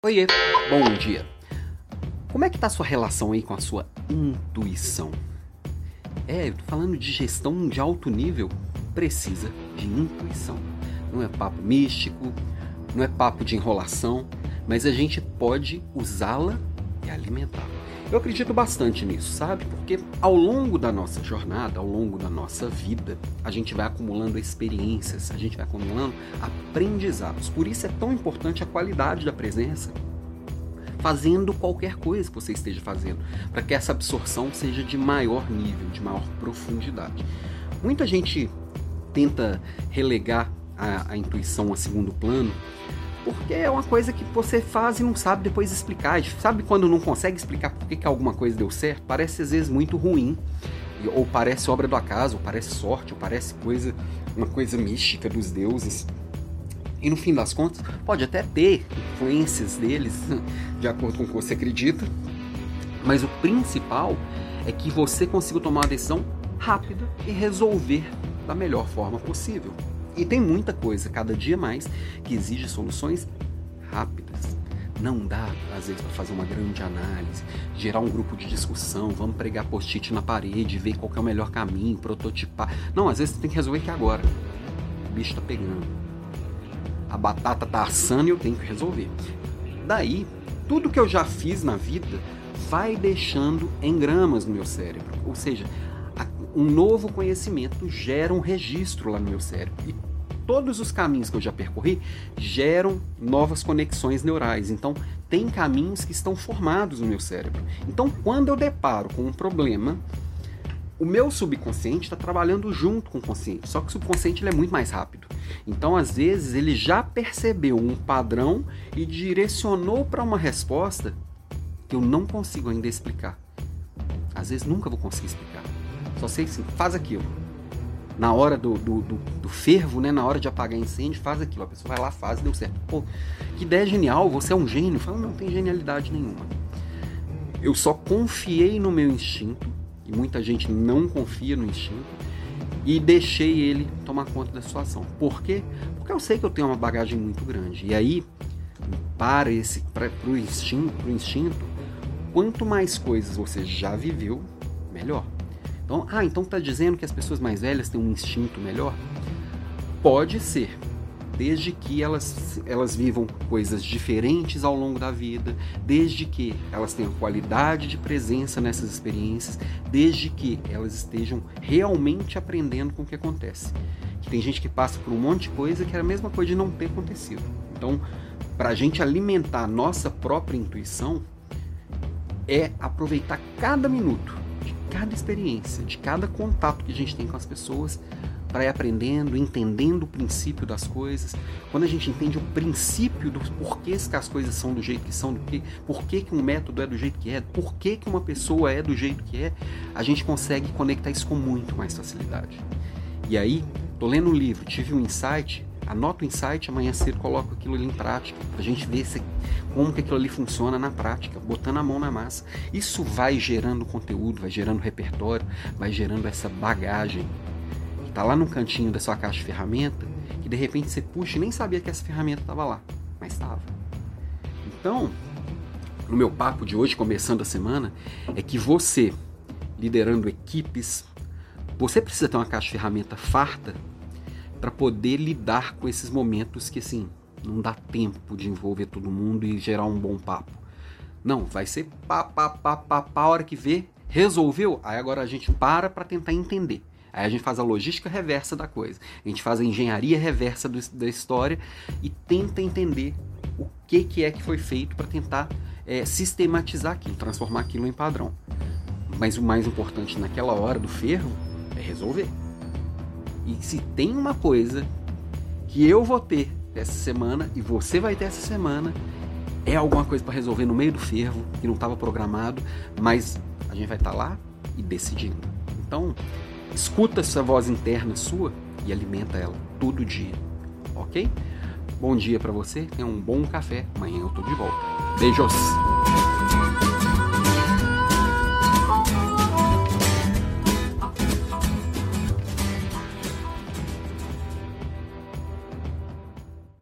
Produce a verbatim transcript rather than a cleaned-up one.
Oiê, bom dia. Como é que tá a sua relação aí com a sua intuição? É, eu tô falando de gestão de alto nível, precisa de intuição. Não é papo místico, não é papo de enrolação, mas a gente pode usá-la e alimentá-la. Eu acredito bastante nisso, sabe? Porque ao longo da nossa jornada, ao longo da nossa vida, a gente vai acumulando experiências, a gente vai acumulando aprendizados. Por isso é tão importante a qualidade da presença, fazendo qualquer coisa que você esteja fazendo, para que essa absorção seja de maior nível, de maior profundidade. Muita gente tenta relegar a, a intuição a segundo plano, porque é uma coisa que você faz e não sabe depois explicar. Sabe quando não consegue explicar por que, que alguma coisa deu certo? Parece às vezes muito ruim, ou parece obra do acaso, ou parece sorte, ou parece coisa, uma coisa mística dos deuses. E no fim das contas, pode até ter influências deles, de acordo com o que você acredita, mas o principal é que você consiga tomar uma decisão rápida e resolver da melhor forma possível. E tem muita coisa, cada dia mais, que exige soluções rápidas. Não dá, às vezes, para fazer uma grande análise, gerar um grupo de discussão, vamos pregar post-it na parede, ver qual que é o melhor caminho, prototipar. Não, às vezes você tem que resolver aqui agora. O bicho tá pegando. A batata tá assando e eu tenho que resolver. Daí, tudo que eu já fiz na vida vai deixando engramas no meu cérebro. Ou seja, um novo conhecimento gera um registro lá no meu cérebro. E todos os caminhos que eu já percorri geram novas conexões neurais. Então, tem caminhos que estão formados no meu cérebro. Então, quando eu deparo com um problema, o meu subconsciente está trabalhando junto com o consciente. Só que o subconsciente ele é muito mais rápido. Então, às vezes, ele já percebeu um padrão e direcionou para uma resposta que eu não consigo ainda explicar. Às vezes, nunca vou conseguir explicar. Só sei assim, faz aquilo. Na hora do, do, do, do fervo, né? Na hora de apagar incêndio, faz aquilo. A pessoa vai lá, faz e deu certo. Pô, que ideia genial, você é um gênio. Fala, não, não tem genialidade nenhuma. Eu só confiei no meu instinto, e muita gente não confia no instinto, e deixei ele tomar conta da situação. Por quê? Porque eu sei que eu tenho uma bagagem muito grande. E aí, para esse, para o instinto, pro instinto, quanto mais coisas você já viveu, melhor. Então, ah, então tá dizendo que as pessoas mais velhas têm um instinto melhor? Pode ser, desde que elas, elas vivam coisas diferentes ao longo da vida, desde que elas tenham qualidade de presença nessas experiências, desde que elas estejam realmente aprendendo com o que acontece. Que tem gente que passa por um monte de coisa que é a mesma coisa de não ter acontecido. Então, para a gente alimentar a nossa própria intuição, é aproveitar cada minuto, cada experiência, de cada contato que a gente tem com as pessoas, para ir aprendendo, entendendo o princípio das coisas. Quando a gente entende o princípio dos porquês que as coisas são do jeito que são, do que, por que que um método é do jeito que é, por que que uma pessoa é do jeito que é, a gente consegue conectar isso com muito mais facilidade. E aí, tô lendo um livro, tive um insight, anoto o insight, amanhã cedo coloco aquilo ali em prática, pra gente ver se, como que aquilo ali funciona na prática, botando a mão na massa. Isso vai gerando conteúdo, vai gerando repertório, vai gerando essa bagagem que tá lá no cantinho da sua caixa de ferramenta, que de repente você puxa e nem sabia que essa ferramenta estava lá, mas estava. Então, no meu papo de hoje, começando a semana, é que você, liderando equipes, você precisa ter uma caixa de ferramenta farta para poder lidar com esses momentos que, assim, não dá tempo de envolver todo mundo e gerar um bom papo. Não, vai ser pá, pá, pá, pá, pá, a hora que vê, resolveu, aí agora a gente para para tentar entender. Aí a gente faz a logística reversa da coisa, a gente faz a engenharia reversa do, da história e tenta entender o que, que é que foi feito para tentar é, sistematizar aquilo, transformar aquilo em padrão. Mas o mais importante naquela hora do fervo é resolver. E se tem uma coisa que eu vou ter essa semana e você vai ter essa semana, é alguma coisa para resolver no meio do fervo, que não estava programado, mas a gente vai estar lá e decidindo. Então, escuta essa voz interna sua e alimenta ela todo dia, ok? Bom dia para você, tenha um bom café, amanhã eu tô de volta. Beijos!